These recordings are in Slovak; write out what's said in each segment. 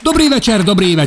Dobrý večer.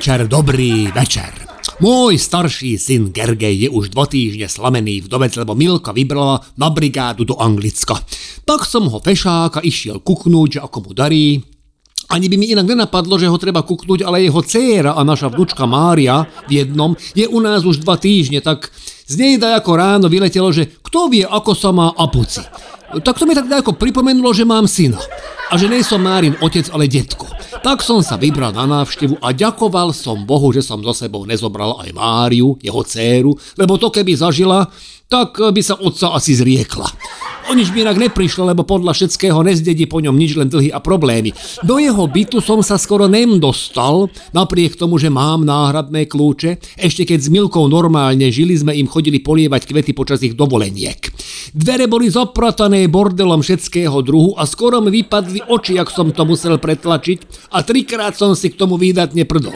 Môj starší syn Gergej je už 2 týždne slamený vdovec, lebo Milka vybrala na brigádu do Anglicka. Tak som ho fešáka išiel kuknúť, že ako mu darí. Ani by mi inak nenapadlo, že ho treba kuknúť, ale jeho dcéra a naša vnučka Mária v jednom je u nás už 2 týždne, tak z nej ako ráno vyletelo, že kto vie, ako sa má apuci. Tak to mi tak ako pripomenulo, že mám syna a že nejsom Márin otec, ale detko. Tak som sa vybral na návštevu a ďakoval som Bohu, že som so sebou nezobral aj Máriu, jeho dcéru, lebo to keby zažila, tak by sa otca asi zriekla. O nič by inak neprišlo, lebo podľa všetkého nezdedí po ňom nič, len dlhy a problémy. Do jeho bytu som sa skoro dostal, napriek tomu, že mám náhradné kľúče. Ešte keď s Milkou normálne žili, sme im chodili polievať kvety počas ich dovoleniek. Dvere boli zapratané bordelom všetkého druhu a skoro mi vypadli oči, jak som to musel pretlačiť, a 3-krát som si k tomu výdatne prdol.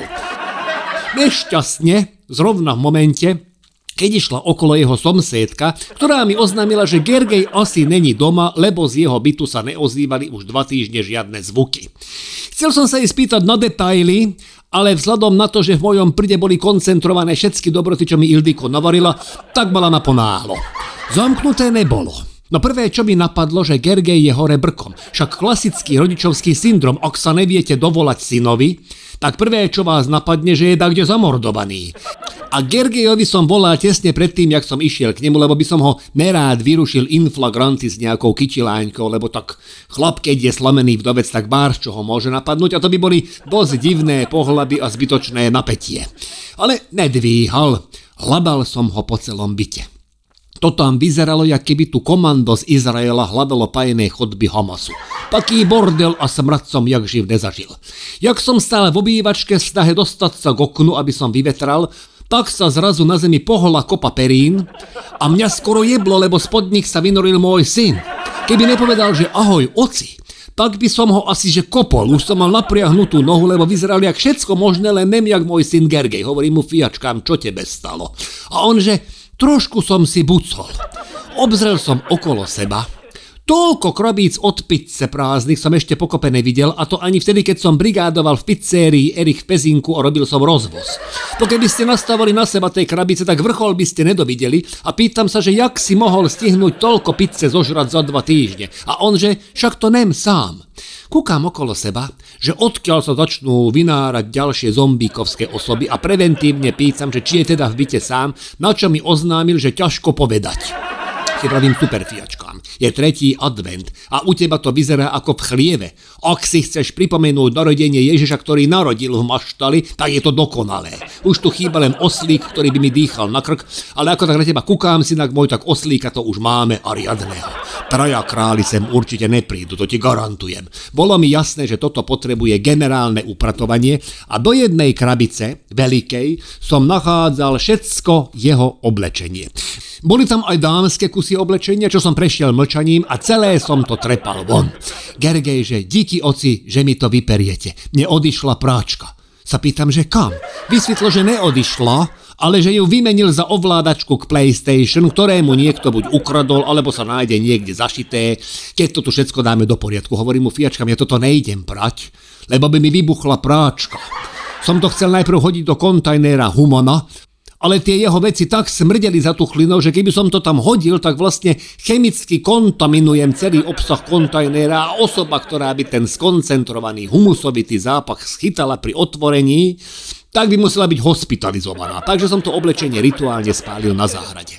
Nešťastne, zrovna v momente, keď išla okolo jeho somsédka, ktorá mi oznámila, že Gergej asi není doma, lebo z jeho bytu sa neozývali už 2 týždne žiadne zvuky. Chcel som sa jej spýtať na detaily, ale vzhľadom na to, že v mojom prde boli koncentrované všetky dobroty, čo mi Ildiko navarila, tak mala naponáhlo. Zamknuté nebolo. No prvé, čo mi napadlo, že Gergej je hore brkom. Však klasický rodičovský syndrom, ak sa neviete dovolať synovi, tak prvé, čo vás napadne, že je dakde zamordovaný. A Gergejovi som volal tesne predtým, jak som išiel k nemu, lebo by som ho nerád vyrušil in flagranti s nejakou kyčiláňkou, lebo tak chlap, keď je slamený vdovec, tak bár z čoho môže napadnúť, a to by boli dosť divné pohľady a zbytočné napätie. Ale nedvíhal, hľadal som ho po celom byte. To tam vyzeralo, jak keby tu komando z Izraela hľadalo tajné chodby Hamasu. Taký bordel a smrad som jak živ nezažil. Jak som stál v obývačke v snahe dostať sa k oknu, aby som vyvetral, tak sa zrazu na zemi pohla kopa perín a mňa skoro jeblo, lebo spod nich sa vynoril môj syn. Keby nepovedal, že ahoj, oci, tak by som ho asi že kopol. Už som mal napriahnutú nohu, lebo vyzeral jak všetko možné, len nem jak môj syn Gergej. Hovorím mu fiačkám, čo tebe stalo. A on, že trošku som si bucol. Obzrel som okolo seba. Toľko krabíc od pizze prázdnych som ešte pokope nevidel, a to ani vtedy, keď som brigádoval v pizzerii Erich v Pezinku a robil som rozvoz. To keby ste nastavili na seba tej krabice, tak vrchol by ste nedovideli, a pýtam sa, že jak si mohol stihnúť toľko pizze zožrať za 2 týždne. A on, že však to nem sám. Kúkam okolo seba, že odkiaľ sa začnú vynárať ďalšie zombíkovské osoby, a preventívne pýtam, že či je teda v byte sám, na čo mi oznámil, že ťažko povedať. Si pravím super fiačkám. Je 3. advent a u teba to vyzerá ako v chlieve. Ak si chceš pripomenúť narodenie Ježiša, ktorý narodil v maštali, tak je to dokonalé. Už tu chýba len oslík, ktorý by mi dýchal na krk, ale ako tak na teba kukám, synak môj, tak oslíka to už máme a riadného. 3 králi sem určite neprídu, to ti garantujem. Bolo mi jasné, že toto potrebuje generálne upratovanie, a do jednej krabice, veľkej, som nachádzal všetko jeho oblečenie. Boli tam aj dámske kusy oblečenia, čo som prešiel mlčaním, a celé som to trepal von. Gergej, že díky oci, že mi to vyperiete. Mne odišla práčka. Sa pýtam, že kam? Vysvetlo, že neodišla, ale že ju vymenil za ovládačku k PlayStation, ktorému niekto buď ukradol, alebo sa nájde niekde zašité, keď to tu všetko dáme do poriadku. Hovorím mu, fiačka, ja toto nejdem prať, lebo by mi vybuchla práčka. Som to chcel najprv hodiť do kontajnera Humana, ale tie jeho veci tak smrdeli zatuchlinou, že keby som to tam hodil, tak vlastne chemicky kontaminujem celý obsah kontajnera, a osoba, ktorá by ten skoncentrovaný humusovitý zápach schytala pri otvorení, tak by musela byť hospitalizovaná. Takže som to oblečenie rituálne spálil na záhrade.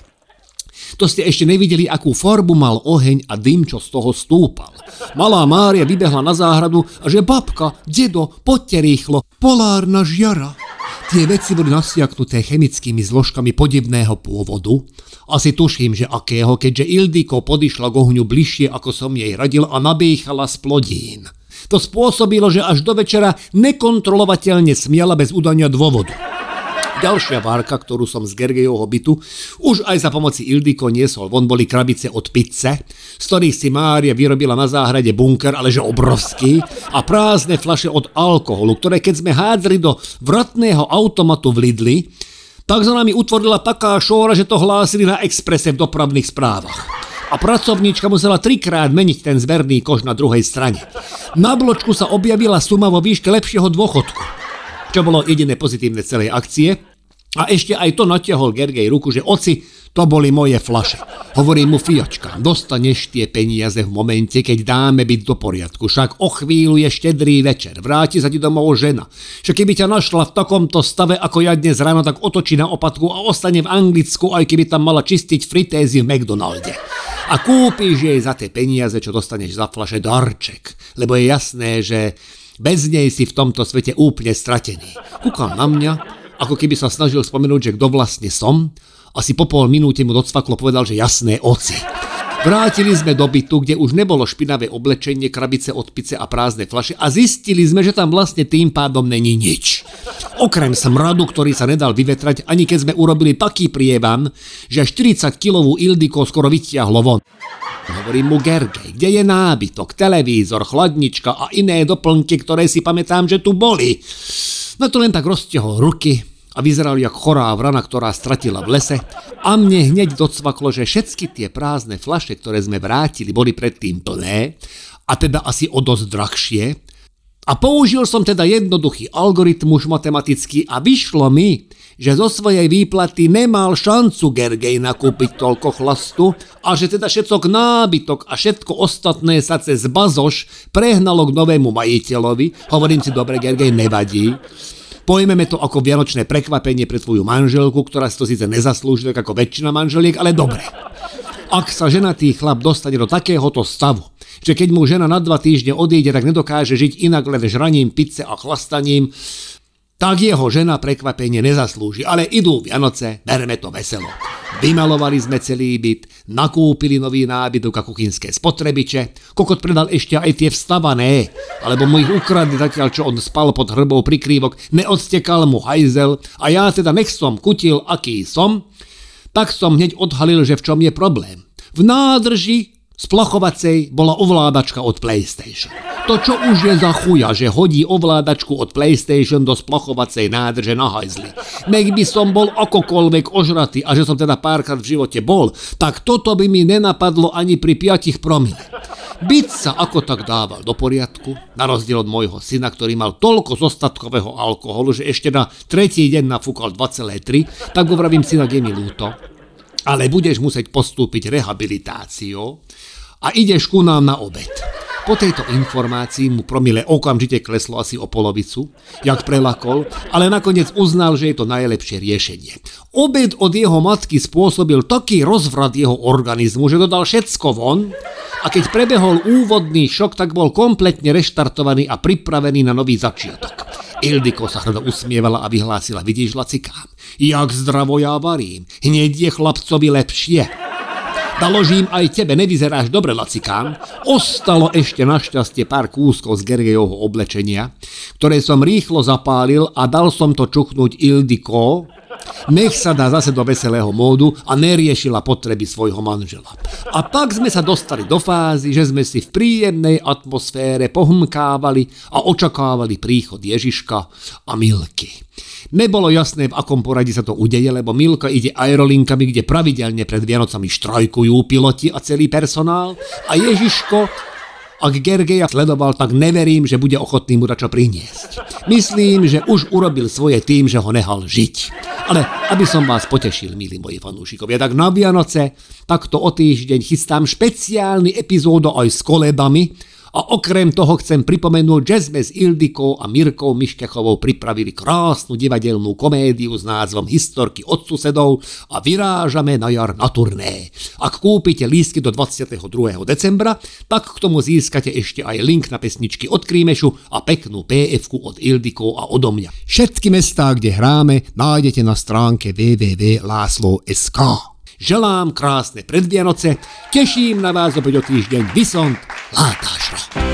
To ste ešte nevideli, akú farbu mal oheň a dym, čo z toho stúpal. Malá Mária vybehla na záhradu a že babka, dedo, poďte rýchlo, polárna žiara. Tie veci boli nasiaknuté chemickými zložkami podivného pôvodu. Asi tuším, že akého, keďže Ildiko podišla k ohňu bližšie, ako som jej radil, a nabýchala z plodín. To spôsobilo, že až do večera nekontrolovateľne smiala bez udania dôvodu. Ďalšia várka, ktorú som z Gergejovho bytu už aj za pomoci Ildiko niesol von, boli krabice od pizze, z ktorých si Mária vyrobila na záhrade bunker, ale že obrovský, a prázdne fľaše od alkoholu, ktoré keď sme hádzali do vratného automatu v Lidli, tak za nami utvorila taká šóra, že to hlásili na Expresse v dopravných správach. A pracovníčka musela 3-krát meniť ten zberný koš na druhej strane. Na bločku sa objavila suma vo výške lepšieho dôchodku. čo bolo jediné pozitívne celej akcie. A ešte aj to natiahol Gergej ruku, že oci, to boli moje fľaše. Hovorí mu Fiočka, dostaneš tie peniaze v momente, keď dáme byť do poriadku. Však o chvíľu je štedrý večer, vráti sa ti domov žena. Však keby ťa našla v takomto stave, ako ja dnes ráno, tak otočí na opatku a ostane v Anglicku, aj keby tam mala čistiť fritézy v McDonalde. A kúpiš jej za tie peniaze, čo dostaneš za fľaše, darček. Lebo je jasné, že bez nej si v tomto svete úplne stratený. Kúkal na mňa, ako keby sa snažil spomenúť, že kto vlastne som. Asi po pol minúte mu docvaklo, povedal, že jasné, oci. Vrátili sme do bytu, kde už nebolo špinavé oblečenie, krabice od pice a prázdne fľaše a zistili sme, že tam vlastne tým pádom není nič. Okrem smradu, ktorý sa nedal vyvetrať, ani keď sme urobili taký prievan, že 40-kilovú Ildiko skoro vytiahlo von. Hovorím mu Gergej, kde je nábytok, televízor, chladnička a iné doplnky, ktoré si pamätám, že tu boli. No to len tak roztiahol ruky a vyzeral jak chorá vrana, ktorá stratila v lese a mne hneď docvaklo, že všetky tie prázdne fľaše, ktoré sme vrátili, boli predtým plné a teda asi o dosť drahšie. A použil som teda jednoduchý algoritmus matematický a vyšlo mi, že zo svojej výplaty nemal šancu Gergej nakúpiť toľko chlastu a že teda všetok nábytok a všetko ostatné sa cez bazoš prehnalo k novému majiteľovi. Hovorím si, dobre, Gergej, nevadí. Pojmeme to ako vianočné prekvapenie pre tvoju manželku, ktorá si to síce nezaslúži, tak ako väčšina manželiek, ale dobre. Ak sa ženatý chlap dostane do takéhoto stavu, že keď mu žena na 2 týždne odíde, tak nedokáže žiť inak len žraním pizze a chlastaním, tak jeho žena prekvapenie nezaslúži. Ale idú Vianoce, berme to veselo. Vymalovali sme celý byt, nakúpili nový nábytok a kuchynské spotrebiče. Kokot predal ešte aj tie vstavané, alebo mu ich ukradli zatiaľ, čo on spal pod hrbou prikrývok, neodstekal mu hajzel a ja teda nech som kutil, aký som, tak som hneď odhalil, že v čom je problém. V nádrži splachovacej bola ovládačka od PlayStation. To čo už je za chuja, že hodí ovládačku od PlayStation do splachovacej nádrže na hajzli. Nech by som bol akokoľvek ožratý a že som teda párkrát v živote bol, tak toto by mi nenapadlo ani pri 5 promile. Byt sa ako tak dával do poriadku, na rozdiel od môjho syna, ktorý mal toľko zostatkového alkoholu, že ešte na 3. deň nafúkal 2,3, tak vravím, synak, je mi ľúto, ale budeš musieť postúpiť rehabilitáciou a ideš ku nám na obed. Po tejto informácii mu promile okamžite kleslo asi o polovicu, jak prelakol, ale nakoniec uznal, že je to najlepšie riešenie. Obed od jeho matky spôsobil taký rozvrat jeho organizmu, že dodal všetko von a keď prebehol úvodný šok, tak bol kompletne reštartovaný a pripravený na nový začiatok. Ildiko sa hrdo usmievala a vyhlásila, vidíš, Lacikám, jak zdravo ja varím, hneď je chlapcovi lepšie. Daložím aj tebe, nevyzeráš dobre, Lacikám. Ostalo ešte našťastie pár kúskov z Gergejovho oblečenia, ktoré som rýchlo zapálil a dal som to čuchnúť Ildiko, nech sa dá zase do veselého módu a neriešila potreby svojho manžela. A tak sme sa dostali do fázy, že sme si v príjemnej atmosfére pohmkávali a očakávali príchod Ježiška a Milky. Nebolo jasné, v akom poradí sa to udeje, lebo Milka ide aerolinkami, kde pravidelne pred Vianocami štrajkujú piloti a celý personál a Ježiško, ak Gergeja sledoval, tak neverím, že bude ochotný mu dačo priniesť. Myslím, že už urobil svoje tým, že ho nehal žiť. Ale aby som vás potešil, milí moji fanúšikovia, tak na Vianoce takto o týždeň chystám špeciálny epizódu aj s koledami a okrem toho chcem pripomenúť, že sme s Ildikou a Mirkou Miškechovou pripravili krásnu divadelnú komédiu s názvom Historky od susedov a vyrážame na jar na turné. Ak kúpite lístky do 22. decembra, tak k tomu získate ešte aj link na pesničky od Krímešu a peknú PF-ku od Ildiko a odo mňa. Všetky mestá, kde hráme, nájdete na stránke www.láslo.sk. Želám krásne predvianoce, teším na vás opäť o týždeň, Vysont Látášra.